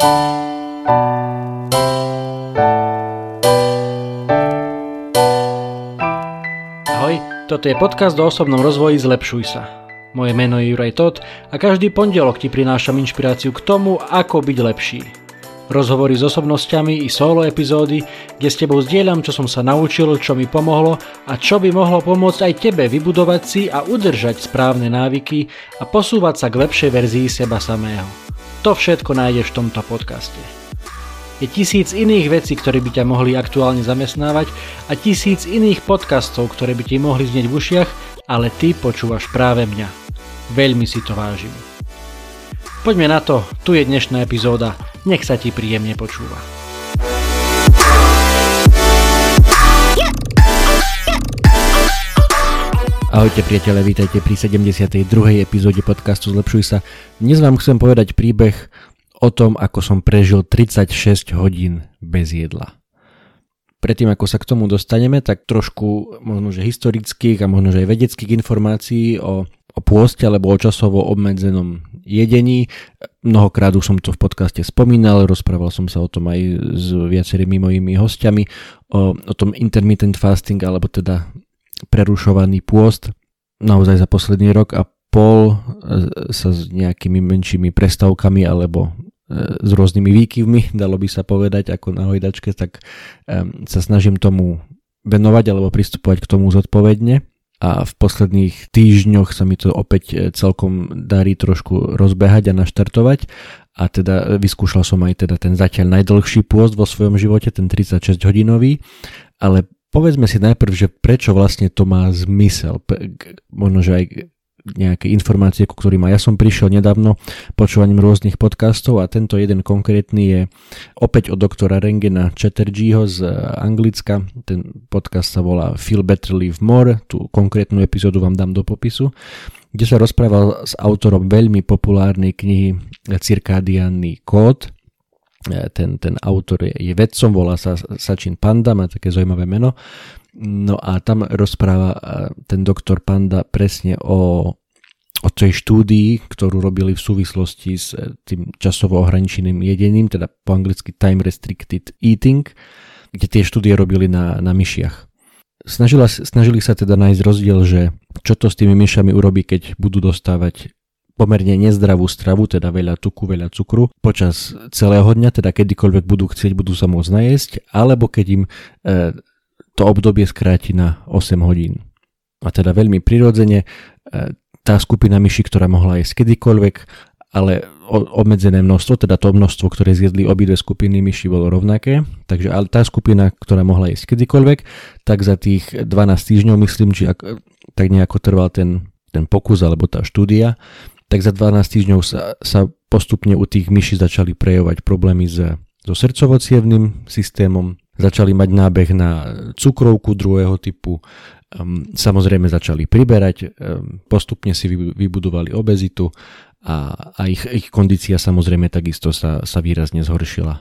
Ahoj, toto je podcast o osobnom rozvoji Zlepšuj sa. Moje meno je Juraj Todt a každý pondelok ti prinášam inšpiráciu k tomu, ako byť lepší. Rozhovory s osobnosťami i solo epizódy, kde s tebou zdieľam, čo som sa naučil, čo mi pomohlo a čo by mohlo pomôcť aj tebe vybudovať si a udržať správne návyky a posúvať sa k lepšej verzii seba samého. To všetko nájdeš v tomto podcaste. Je 1000 iných vecí, ktoré by ťa mohli aktuálne zamestnávať a 1000 iných podcastov, ktoré by ti mohli znieť v ušiach, ale ty počúvaš práve mňa. Veľmi si to vážim. Poďme na to, tu je dnešná epizóda, nech sa ti príjemne počúva. Ahojte priatelia, vítajte pri 72. epizóde podcastu Zlepšuj sa. Dnes vám chcem povedať príbeh o tom, ako som prežil 36 hodín bez jedla. Predtým, ako sa k tomu dostaneme, tak trošku možno že historických a možno že aj vedeckých informácií o pôste alebo o časovo obmedzenom jedení. Mnohokrát už som to v podcaste spomínal, rozprával som sa o tom aj s viacerými mojimi hostiami, o tom intermittent fasting, alebo teda prerušovaný pôst. Naozaj za posledný rok a pol sa s nejakými menšími prestávkami alebo s rôznymi výkyvmi, dalo by sa povedať, ako na hojdačke, tak sa snažím tomu venovať alebo pristupovať k tomu zodpovedne. A v posledných týždňoch sa mi to opäť celkom darí trošku rozbehať a naštartovať. A teda vyskúšal som aj teda ten zatiaľ najdlhší pôst vo svojom živote, ten 36 hodinový. Ale povedzme si najprv, že prečo vlastne to má zmysel. Možno, že aj nejaké informácie, ku ktorým ja som prišiel nedávno počúvaním rôznych podcastov a tento jeden konkrétny je opäť od doktora Rengena Chatterjeeho z Anglicka. Ten podcast sa volá Feel Better Live More, tú konkrétnu epizódu vám dám do popisu, kde sa rozprával s autorom veľmi populárnej knihy Cirkadiánny kód. Ten autor je vedcom, volá sa Sachin Panda, má také zaujímavé meno. No a tam rozpráva ten doktor Panda presne o tej štúdii, ktorú robili v súvislosti s tým časovo ohraničeným jedením, teda po anglicky time restricted eating, kde tie štúdie robili na myšiach. Snažili sa teda nájsť rozdiel, že čo to s tými myšami urobí, keď budú dostávať pomerne nezdravú stravu, teda veľa tuku, veľa cukru počas celého dňa, teda kedykoľvek budú chcieť, budú sa môcť najesť, alebo keď im to obdobie skráti na 8 hodín. A teda veľmi prirodzene tá skupina myší, ktorá mohla jesť kedykoľvek, ale obmedzené množstvo, teda to množstvo, ktoré zjedli obidve skupiny myší, bolo rovnaké. Takže ale tá skupina, ktorá mohla jesť kedykoľvek, tak za tých 12 týždňov, myslím, či tak nejako trval ten pokus alebo tá štúdia, tak za 12 týždňov sa postupne u tých myší začali prejavovať problémy so srdcovo-cievnym systémom, začali mať nábeh na cukrovku druhého typu, samozrejme začali priberať, postupne si vybudovali obezitu a ich kondícia samozrejme takisto sa výrazne zhoršila.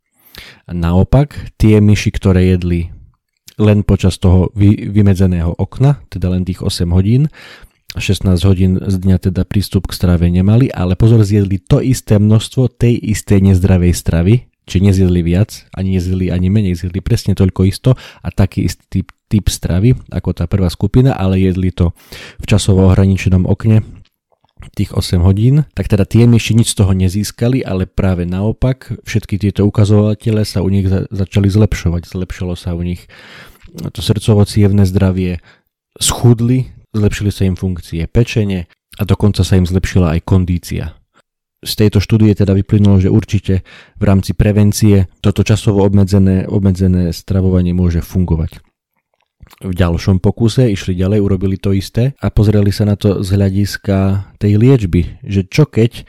Naopak, tie myši, ktoré jedli len počas toho vymedzeného okna, teda len tých 8 hodín, 16 hodín z dňa teda prístup k strave nemali, ale pozor, zjedli to isté množstvo tej istej nezdravej stravy, či nezjedli viac, ani nezjedli ani menej, zjedli presne toľko isto a taký istý typ stravy ako tá prvá skupina, ale jedli to v časovo ohraničenom okne tých 8 hodín, tak teda tie myši nič z toho nezískali, ale práve naopak všetky tieto ukazovatele sa u nich začali zlepšovať. Zlepšilo sa u nich to srdcovo-cievne zdravie, schudli, zlepšili sa im funkcie pečene a dokonca sa im zlepšila aj kondícia. Z tejto štúdie teda vyplynulo, že určite v rámci prevencie toto časovo obmedzené stravovanie môže fungovať. V ďalšom pokuse išli ďalej, urobili to isté a pozreli sa na to z hľadiska tej liečby, že čo keď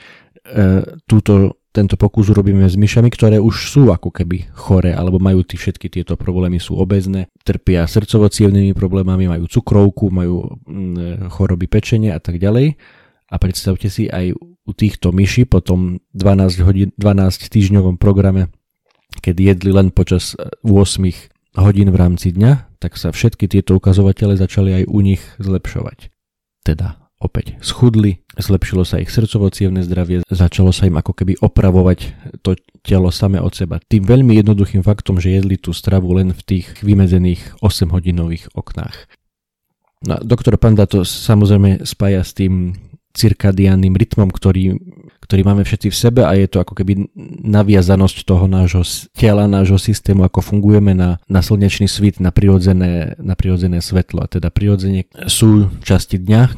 tento pokus urobíme s myšami, ktoré už sú ako keby choré alebo majú všetky tieto problémy, sú obézne, trpia srdcovo-cievnymi problémami, majú cukrovku, majú choroby pečenia a tak ďalej. A predstavte si aj u týchto myší po tom 12 týždňovom programe, keď jedli len počas 8 hodín v rámci dňa, tak sa všetky tieto ukazovatele začali aj u nich zlepšovať. Teda opäť schudli, zlepšilo sa ich srdcovo-cievne zdravie, začalo sa im ako keby opravovať to telo same od seba. Tým veľmi jednoduchým faktom, že jedli tú stravu len v tých vymedzených 8-hodinových oknách. No, doktor Panda to samozrejme spája s tým cirkadiánnym rytmom, ktorý máme všetci v sebe a je to ako keby naviazanosť toho nášho tela, nášho systému, ako fungujeme na slnečný svit, na prirodzené svetlo. A teda prirodzene sú časti dňa,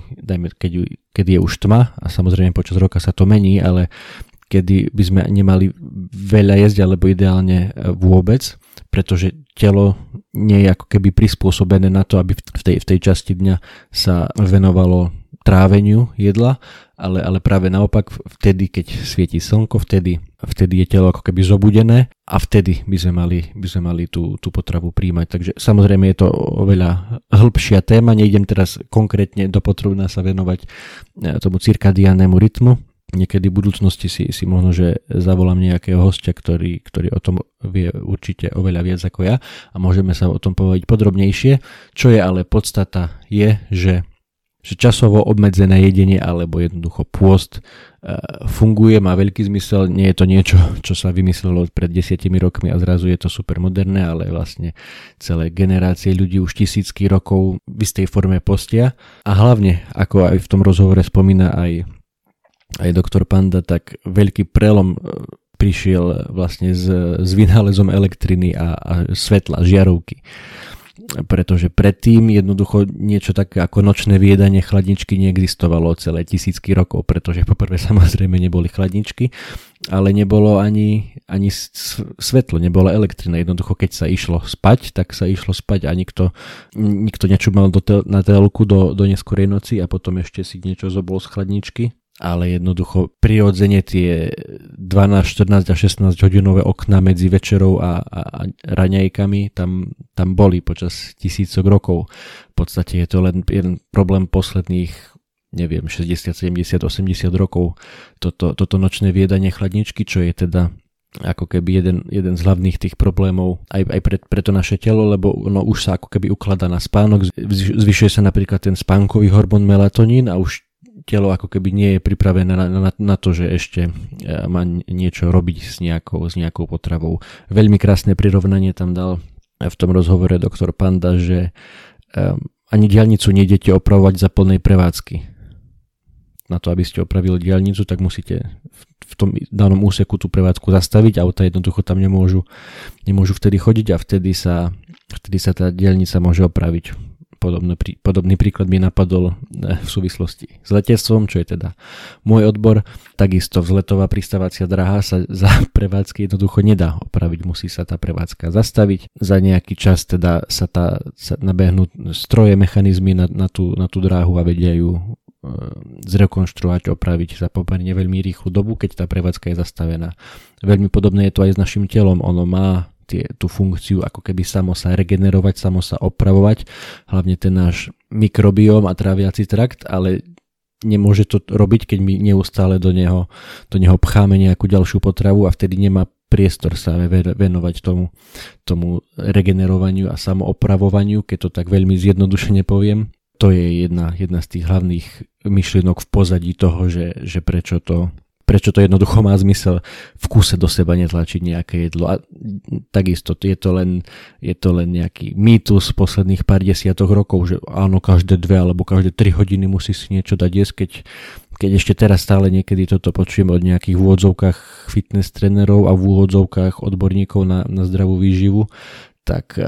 keď je už tma a samozrejme počas roka sa to mení, ale kedy by sme nemali veľa jesť alebo ideálne vôbec, pretože telo nie je ako keby prispôsobené na to, aby v tej časti dňa sa venovalo tráveniu jedla, ale práve naopak vtedy, keď svieti slnko, vtedy je telo ako keby zobudené a vtedy by sme mali tú potravu príjmať. Takže samozrejme je to oveľa hĺbšia téma, nejdem teraz konkrétne dopodrobná sa venovať tomu cirkadiánnemu rytmu. Niekedy v budúcnosti si možno, že zavolám nejakého hostia, ktorý o tom vie určite oveľa viac ako ja a môžeme sa o tom povedať podrobnejšie. Čo je ale podstata je, že časovo obmedzené jedenie alebo jednoducho pôst funguje, má veľký zmysel, nie je to niečo, čo sa vymyslelo pred 10 rokmi a zrazu je to super moderné, ale vlastne celé generácie ľudí už tisícky rokov v istej forme postia a hlavne, ako aj v tom rozhovore spomína aj doktor Panda, tak veľký prelom prišiel vlastne s vynálezom elektriny a svetla, žiarovky. Pretože predtým jednoducho niečo také ako nočné vyjedanie chladničky neexistovalo celé tisícky rokov, pretože poprvé samozrejme neboli chladničky, ale nebolo ani svetlo, nebola elektrina. Jednoducho keď sa išlo spať, tak sa išlo spať a nikto nečumal na telku do neskorej noci a potom ešte si niečo zobol z chladničky. Ale jednoducho prirodzene tie 12, 14 a 16 hodinové okná medzi večerou a raňajkami tam boli počas tisícok rokov. V podstate je to len jeden problém posledných, 60, 70, 80 rokov. Toto nočné vyjedanie chladničky, čo je teda ako keby jeden z hlavných tých problémov aj pre to naše telo, lebo ono už sa ako keby ukladá na spánok, zvyšuje sa napríklad ten spánkový hormón melatonín a už telo ako keby nie je pripravené na to, že ešte má niečo robiť s nejakou potravou. Veľmi krásne prirovnanie tam dal v tom rozhovore doktor Panda, že ani diaľnicu nejdete opravovať za plnej prevádzky. Na to, aby ste opravili diaľnicu, tak musíte v tom danom úseku tú prevádzku zastaviť, auta jednoducho tam nemôžu vtedy chodiť a vtedy sa tá diaľnica môže opraviť. Podobný príklad mi napadol v súvislosti s letectvom, čo je teda môj odbor. Takisto vzletová pristávacia dráha sa za prevádzky jednoducho nedá opraviť, musí sa tá prevádzka zastaviť. Za nejaký čas teda sa nabehnú stroje, mechanizmy na tú dráhu a vedia ju zrekonštruovať, opraviť za pomerne veľmi rýchlu dobu, keď tá prevádzka je zastavená. Veľmi podobné je to aj s našim telom, ono má tú funkciu ako keby samo sa regenerovať, samo sa opravovať, hlavne ten náš mikrobióm a tráviaci trakt, ale nemôže to robiť, keď my neustále do neho pcháme nejakú ďalšiu potravu a vtedy nemá priestor sa venovať tomu regenerovaniu a samoopravovaniu, keď to tak veľmi zjednodušene poviem. To je jedna z tých hlavných myšlienok v pozadí toho, že prečo to jednoducho má zmysel v kúse do seba netlačiť nejaké jedlo. A takisto je to len nejaký mýtus posledných pár desiatok rokov, že áno, každé 2 alebo každé 3 hodiny musí si niečo dať jesť, keď ešte teraz stále niekedy toto počujem od nejakých v úvodzovkách fitness trénerov a v úvodzovkách odborníkov na zdravú výživu, tak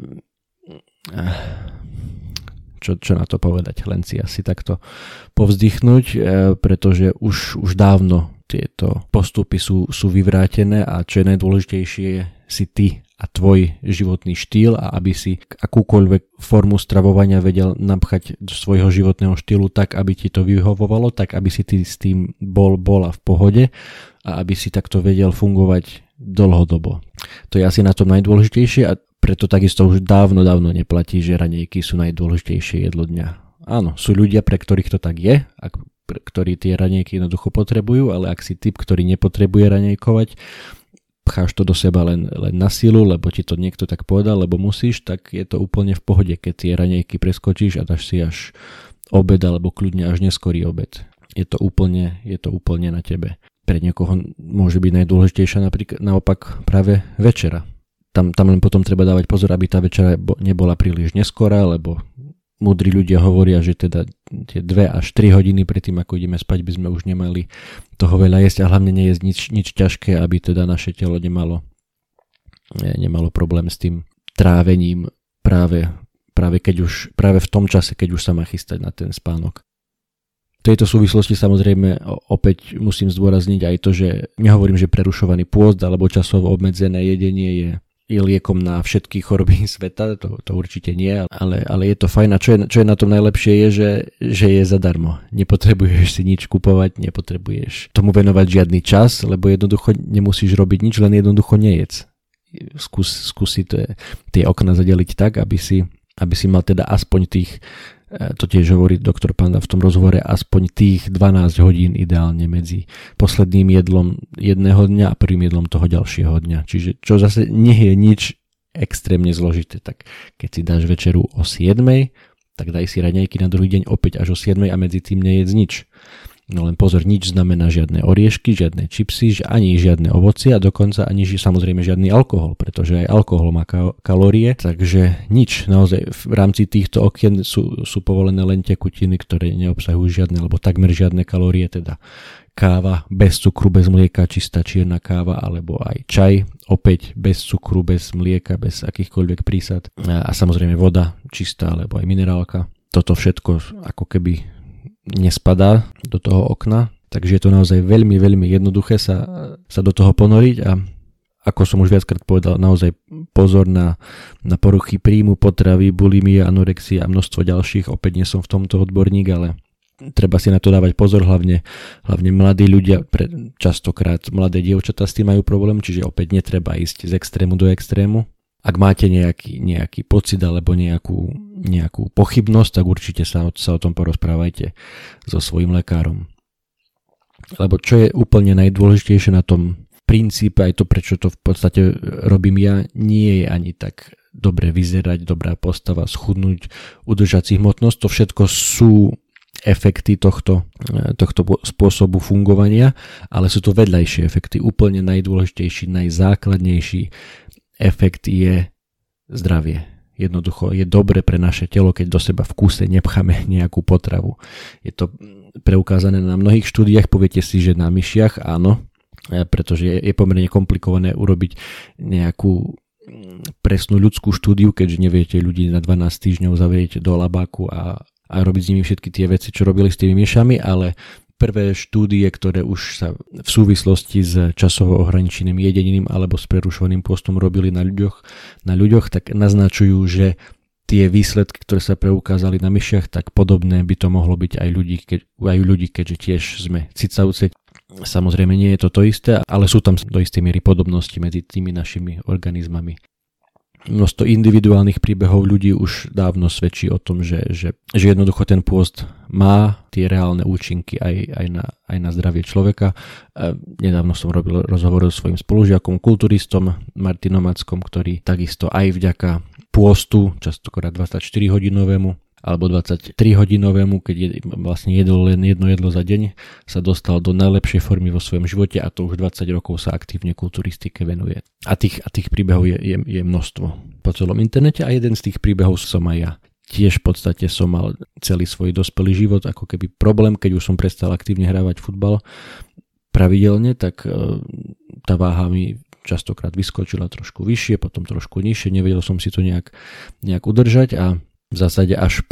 čo na to povedať, len si asi takto povzdychnúť, pretože už dávno tieto postupy sú vyvrátené a čo je najdôležitejšie, si ty a tvoj životný štýl a aby si akúkoľvek formu stravovania vedel napchať do svojho životného štýlu tak, aby ti to vyhovovalo, tak aby si ty s tým bola v pohode a aby si takto vedel fungovať dlhodobo. To je asi na tom najdôležitejšie a preto takisto už dávno neplatí, že raňajky sú najdôležitejšie jedlo dňa. Áno, sú ľudia, pre ktorých to tak je, ktorí tie raňajky jednoducho potrebujú, ale ak si typ, ktorý nepotrebuje raňajkovať, pcháš to do seba len na silu, lebo ti to niekto tak povedal, lebo musíš, tak je to úplne v pohode, keď tie raňajky preskočíš a dáš si až obed alebo kľudne až neskorý obed. Je to úplne na tebe. Pre niekoho môže byť najdôležitejšia napríklad naopak práve večera. Tam len potom treba dávať pozor, aby tá večera nebola príliš neskorá, lebo múdri ľudia hovoria, že teda tie 2 až 3 hodiny predtým, ako ideme spať, by sme už nemali toho veľa jesť a hlavne nejesť nič ťažké, aby teda naše telo nemalo problém s tým trávením práve v tom čase, keď už sa má chystať na ten spánok. V tejto súvislosti samozrejme opäť musím zdôrazniť aj to, že nehovorím, že prerušovaný pôst alebo časovo obmedzené jedenie je liekom na všetky choroby sveta, to určite nie, ale je to fajn a čo je na tom najlepšie je, že je zadarmo. Nepotrebuješ si nič kupovať, nepotrebuješ tomu venovať žiadny čas, lebo jednoducho nemusíš robiť nič, len jednoducho nejedz. Skúsi tie okna zadeliť tak, aby si mal teda aspoň tých, to tiež hovorí doktor Panda v tom rozhovore, aspoň tých 12 hodín ideálne medzi posledným jedlom jedného dňa a prvým jedlom toho ďalšieho dňa. Čiže čo zase nie je nič extrémne zložité, tak keď si dáš večeru o 7, tak daj si raňajky na druhý deň opäť až o 7 a medzi tým nejedz nič. No len pozor, nič znamená žiadne oriešky, žiadne čipsy, ani žiadne ovocie a dokonca ani samozrejme žiadny alkohol, pretože aj alkohol má kalórie, takže nič. Naozaj v rámci týchto okien sú povolené len tekutiny, ktoré neobsahujú žiadne alebo takmer žiadne kalórie, teda káva bez cukru, bez mlieka, čistá čierna káva alebo aj čaj, opäť bez cukru, bez mlieka, bez akýchkoľvek prísad a samozrejme voda čistá alebo aj minerálka. Toto všetko ako keby nespadá do toho okna, takže je to naozaj veľmi, veľmi jednoduché sa do toho ponoriť a ako som už viackrát povedal, naozaj pozor na poruchy príjmu, potravy, bulimie, anorexie a množstvo ďalších. Opäť nie som v tomto odborník, ale treba si na to dávať pozor, hlavne mladí ľudia, častokrát mladé dievčatá s tým majú problém, čiže opäť netreba ísť z extrému do extrému. Ak máte nejaký pocit alebo nejakú pochybnosť, tak určite sa o tom porozprávajte so svojím lekárom. Lebo čo je úplne najdôležitejšie na tom princípe, aj to, prečo to v podstate robím ja, nie je ani tak dobre vyzerať, dobrá postava, schudnúť, udržať si hmotnosť, to všetko sú efekty tohto spôsobu fungovania, ale sú to vedľajšie efekty. Úplne najdôležitejší, najzákladnejší efekt je zdravie. Jednoducho je dobre pre naše telo, keď do seba v kúse nepcháme nejakú potravu. Je to preukázané na mnohých štúdiách, poviete si, že na myšiach áno, pretože je pomerne komplikované urobiť nejakú presnú ľudskú štúdiu, keďže neviete ľudí na 12 týždňov zavrieť do labáku a robiť s nimi všetky tie veci, čo robili s tými myšami, ale prvé štúdie, ktoré už sa v súvislosti s časovo ohraničeným jedením alebo s prerušovaným pôstom robili na ľuďoch, tak naznačujú, že tie výsledky, ktoré sa preukázali na myšiach, tak podobné by to mohlo byť aj ľudí, keďže tiež sme cicavce. Samozrejme nie je to isté, ale sú tam do istej miery podobnosti medzi tými našimi organizmami. Množstvo individuálnych príbehov ľudí už dávno svedčí o tom, že jednoducho ten pôst má tie reálne účinky aj na zdravie človeka. Nedávno som robil rozhovor so svojím spolužiakom, kulturistom Martinom Mackom, ktorý takisto aj vďaka pôstu, častokrát 24-hodinovému alebo 23-hodinovému, keď vlastne jedol len jedno jedlo za deň, sa dostal do najlepšej formy vo svojom živote a to už 20 rokov sa aktívne kulturistike venuje. A tých príbehov je množstvo po celom internete a jeden z tých príbehov som aj ja. Tiež v podstate som mal celý svoj dospelý život ako keby problém, keď už som prestal aktívne hrávať futbal pravidelne, tak tá váha mi častokrát vyskočila trošku vyššie, potom trošku nižšie, nevedel som si to nejak udržať a v zásade až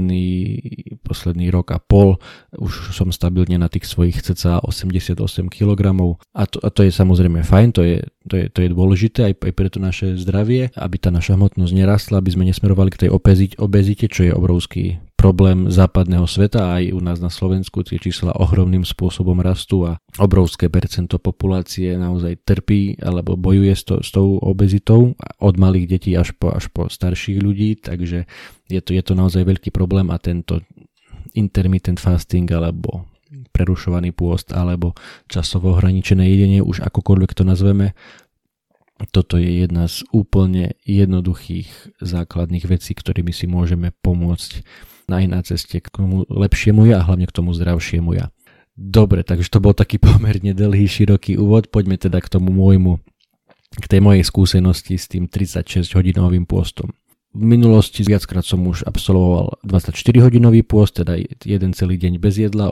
posledný rok a pol už som stabilne na tých svojich cca 88 kg a to je samozrejme fajn, to je dôležité aj pre to naše zdravie, aby tá naša hmotnosť nerastla, aby sme nesmerovali k tej obezite, čo je obrovský problém západného sveta a aj u nás na Slovensku tie čísla ohromným spôsobom rastú a obrovské percento populácie naozaj trpí alebo bojuje s tou obezitou od malých detí až po starších ľudí, takže je to naozaj veľký problém a tento intermittent fasting alebo prerušovaný pôst alebo časovo ohraničené jedenie, už akokoľvek to nazveme, toto je jedna z úplne jednoduchých základných vecí, ktorými si môžeme pomôcť aj na ceste k tomu lepšiemu ja a hlavne k tomu zdravšiemu ja. Dobre, takže to bol taký pomerne dlhý, široký úvod. Poďme teda k tej mojej skúsenosti s tým 36-hodinovým pôstom. V minulosti viackrát som už absolvoval 24-hodinový pôst, teda jeden celý deň bez jedla,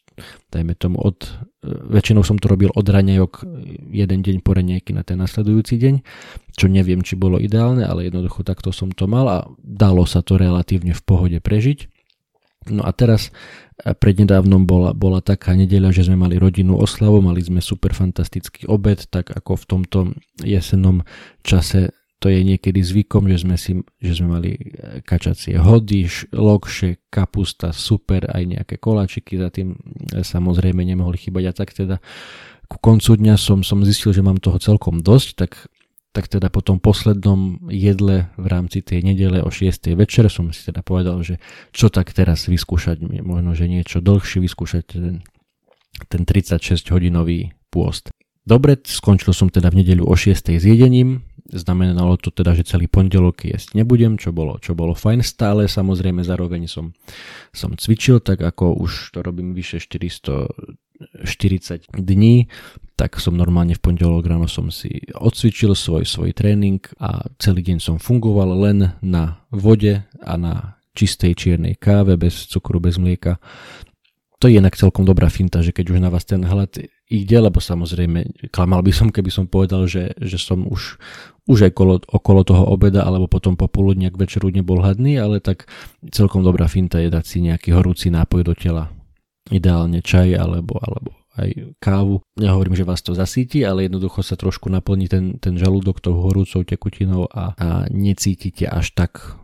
väčšinou som to robil od raňajok, jeden deň po raňajky na ten nasledujúci deň, čo neviem, či bolo ideálne, ale jednoducho takto som to mal a dalo sa to relatívne v pohode prežiť. No a teraz prednedávnom bola taká nedeľa, že sme mali rodinnú oslavu, mali sme super fantastický obed, tak ako v tomto jesennom čase to je niekedy zvykom, že sme mali kačacie hody, lokše, kapusta, super, aj nejaké koláčiky, za tým samozrejme nemohli chýbať. A tak teda ku koncu dňa som zistil, že mám toho celkom dosť, tak teda po tom poslednom jedle v rámci tej nedele o 6. večer som si teda povedal, že čo tak teraz vyskúšať, možno, že niečo dlhšie vyskúšať ten 36-hodinový pôst. Dobre, skončil som teda v nedeľu o 6. s jedením. Znamenalo to teda, že celý pondelok jesť nebudem, čo bolo fajn. Stále samozrejme zároveň som cvičil, tak ako už to robím vyše 440 dní, tak som normálne v pondelok ráno som si odcvičil svoj tréning a celý deň som fungoval len na vode a na čistej čiernej káve, bez cukru, bez mlieka. To je inak celkom dobrá finta, že keď už na vás ten hlad ide, lebo samozrejme klamal by som, keby som povedal, že som už aj okolo toho obeda alebo potom popoludne k večeru nebol hladný, ale tak celkom dobrá finta je dať si nejaký horúci nápoj do tela. Ideálne čaj alebo aj kávu. Nehovorím, že vás to zasíti, ale jednoducho sa trošku naplní ten žalúdok tou horúcou tekutinou a necítite až tak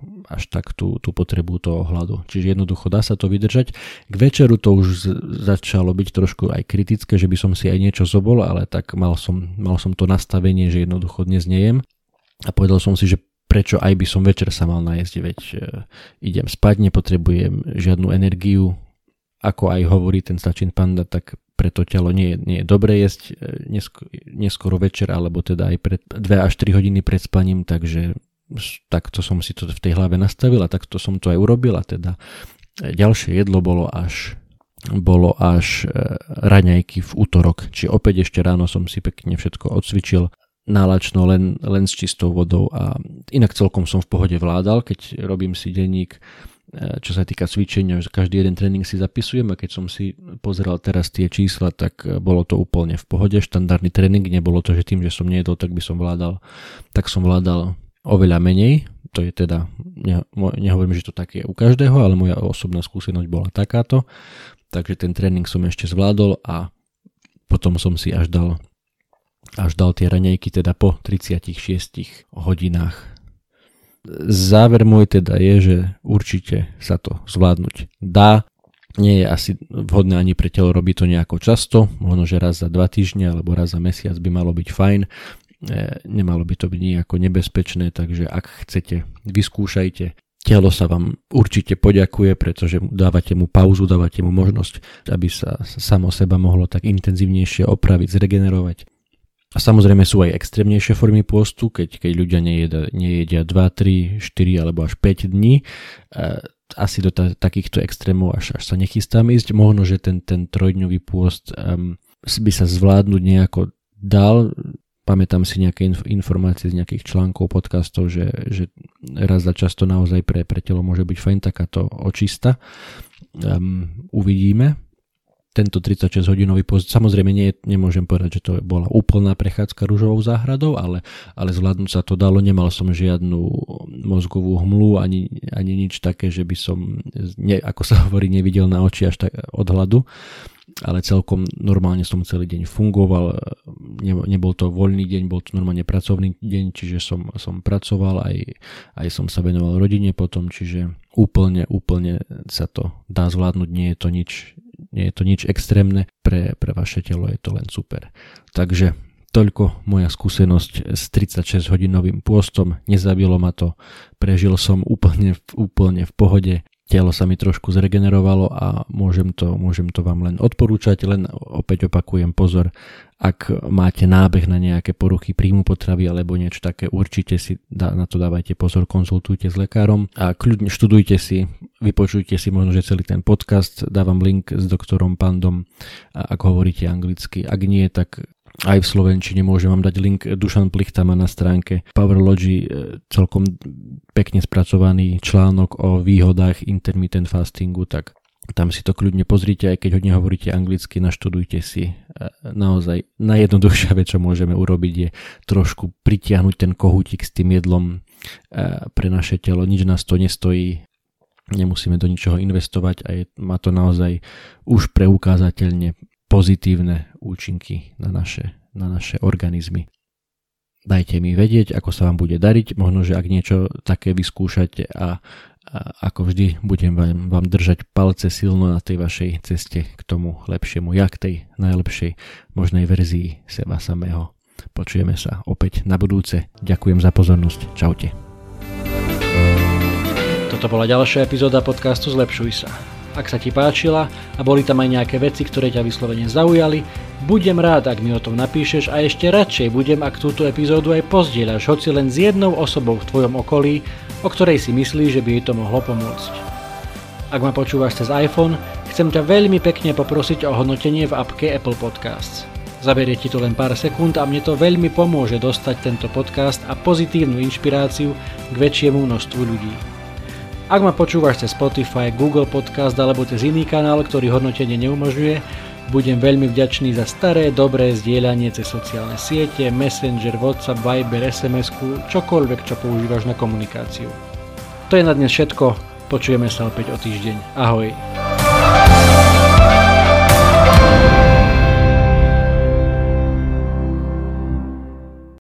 tú potrebu toho hladu. Čiže jednoducho dá sa to vydržať. K večeru to už začalo byť trošku aj kritické, že by som si aj niečo zobol, ale tak mal som to nastavenie, že jednoducho dnes nejem. A povedal som si, že prečo aj by som večer sa mal najesť, veď idem spať, nepotrebujem žiadnu energiu. Ako aj hovorí ten Sachin Panda, tak pre to telo nie je dobré jesť neskoro večer, alebo teda aj 2 až 3 hodiny pred spaním, takže takto som si to v tej hlave nastavil a takto som to aj urobil a teda ďalšie jedlo bolo až raňajky v útorok, čiže opäť ešte ráno som si pekne všetko odcvičil, nálačno len s čistou vodou a inak celkom som v pohode vládal, keď robím si denník. Čo sa týka cvičenia, že každý jeden tréning si zapisujem a keď som si pozeral teraz tie čísla, tak bolo to úplne v pohode, štandardný tréning, nebolo to, že tým, že som nejedol, tak som vládal oveľa menej, to je teda, nehovorím, že to tak je u každého, ale moja osobná skúsenosť bola takáto, takže ten tréning som ešte zvládol a potom som si až dal tie raňajky teda po 36 hodinách. Záver môj teda je, že určite sa to zvládnuť dá. Nie je asi vhodné ani pre telo robiť to nejako často, možno že raz za 2 týždne alebo raz za mesiac by malo byť fajn. Nemalo by to byť nejako nebezpečné, takže ak chcete, vyskúšajte. Telo sa vám určite poďakuje, pretože dávate mu pauzu, dávate mu možnosť, aby sa samo seba mohlo tak intenzívnejšie opraviť, zregenerovať. A samozrejme sú aj extrémnejšie formy pôstu, keď ľudia nejedia 2, 3, 4 alebo až 5 dní. Asi do takýchto extrémov až sa nechystám ísť. Možno, že ten 3-dňový pôst by sa zvládnuť nejako dal. Pamätám si nejaké informácie z nejakých článkov, podcastov, že raz za často naozaj pre telo môže byť fajn takáto očista. Uvidíme. Tento 36-hodinový post, samozrejme nemôžem povedať, že to bola úplná prechádzka ružovou záhradou, ale zvládnuť sa to dalo, nemal som žiadnu mozgovú hmlu, ani nič také, že by som, ako sa hovorí, nevidel na oči až tak od hladu, ale celkom normálne som celý deň fungoval, nebol to voľný deň, bol to normálne pracovný deň, čiže som pracoval, aj som sa venoval rodine potom, čiže úplne sa to dá zvládnuť, nie je to nič extrémne, pre vaše telo je to len super. Takže toľko moja skúsenosť s 36-hodinovým pôstom, nezabilo ma to, prežil som úplne v pohode. telo sa mi trošku zregenerovalo a môžem to vám len odporúčať, len opäť opakujem pozor, ak máte nábeh na nejaké poruchy príjmu potravy alebo niečo také, určite si na to dávajte pozor, konzultujte s lekárom a kľudne študujte si, vypočujte si možno, že celý ten podcast, dávam link s doktorom Pandom, ak hovoríte anglicky, ak nie, tak aj v slovenčine môžem vám dať link. Dušan Plichta má na stránke Powerlogy celkom pekne spracovaný článok o výhodách intermittent fastingu, tak tam si to kľudne pozrite, aj keď hodne hovoríte anglicky, naštudujte si. Naozaj najjednoduchšia vec, čo môžeme urobiť, je trošku pritiahnuť ten kohútik s tým jedlom pre naše telo. Nič nás to nestojí, nemusíme do ničoho investovať a má to naozaj už preukázateľne pozitívne účinky na naše organizmy. Dajte mi vedieť, ako sa vám bude dariť, možno, že ak niečo také vyskúšate a ako vždy budem vám držať palce silno na tej vašej ceste k tomu lepšiemu, jak tej najlepšej možnej verzii seba samého. Počujeme sa opäť na budúce. Ďakujem za pozornosť. Čaute. Toto bola ďalšia epizóda podcastu Zlepšuj sa. Ak sa ti páčila a boli tam aj nejaké veci, ktoré ťa vyslovene zaujali, budem rád, ak mi o tom napíšeš a ešte radšej budem, ak túto epizódu aj pozdieľaš, hoci len s jednou osobou v tvojom okolí, o ktorej si myslíš, že by jej to mohlo pomôcť. Ak ma počúvaš cez iPhone, chcem ťa veľmi pekne poprosiť o hodnotenie v appke Apple Podcasts. Zaberie ti to len pár sekúnd a mne to veľmi pomôže dostať tento podcast a pozitívnu inšpiráciu k väčšiemu množstvu ľudí. Ak ma počúvaš cez Spotify, Google Podcast alebo cez iný kanál, ktorý hodnotenie neumožňuje, budem veľmi vďačný za staré, dobré zdieľanie cez sociálne siete, Messenger, WhatsApp, Viber, SMS-ku, čokoľvek, čo používaš na komunikáciu. To je na dnes všetko, počujeme sa opäť o týždeň. Ahoj.